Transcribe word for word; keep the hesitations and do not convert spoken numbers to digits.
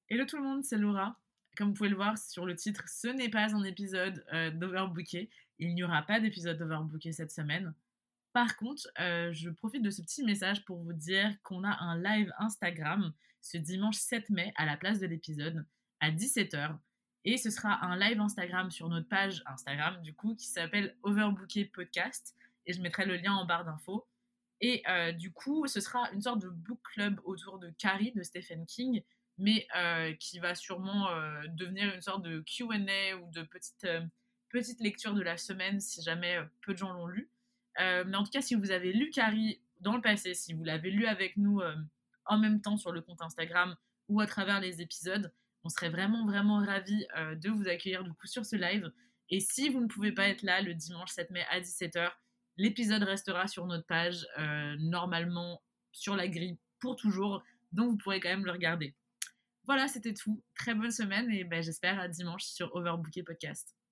Hello tout le monde, c'est Laura. Comme vous pouvez le voir sur le titre, ce n'est pas un épisode euh, d'Overbooké. Il n'y aura pas d'épisode d'Overbooké cette semaine. Par contre, euh, je profite de ce petit message pour vous dire qu'on a un live Instagram ce dimanche sept mai à la place de l'épisode à dix-sept heures. Et ce sera un live Instagram sur notre page Instagram du coup qui s'appelle Overbooké Podcast. Et je mettrai le lien en barre d'infos. Et euh, du coup, ce sera une sorte de book club autour de Carrie de Stephen King, mais euh, qui va sûrement euh, devenir une sorte de Q and A ou de petite, euh, petite lecture de la semaine si jamais euh, peu de gens l'ont lu. Euh, mais en tout cas, si vous avez lu Carrie dans le passé, si vous l'avez lu avec nous euh, en même temps sur le compte Instagram ou à travers les épisodes, on serait vraiment, vraiment ravis euh, de vous accueillir du coup sur ce live. Et si vous ne pouvez pas être là le dimanche sept mai à dix-sept heures, l'épisode restera sur notre page, euh, normalement sur la grille pour toujours, donc vous pourrez quand même le regarder. Voilà, c'était tout. Très bonne semaine et ben, j'espère à dimanche sur Overbooké Podcast.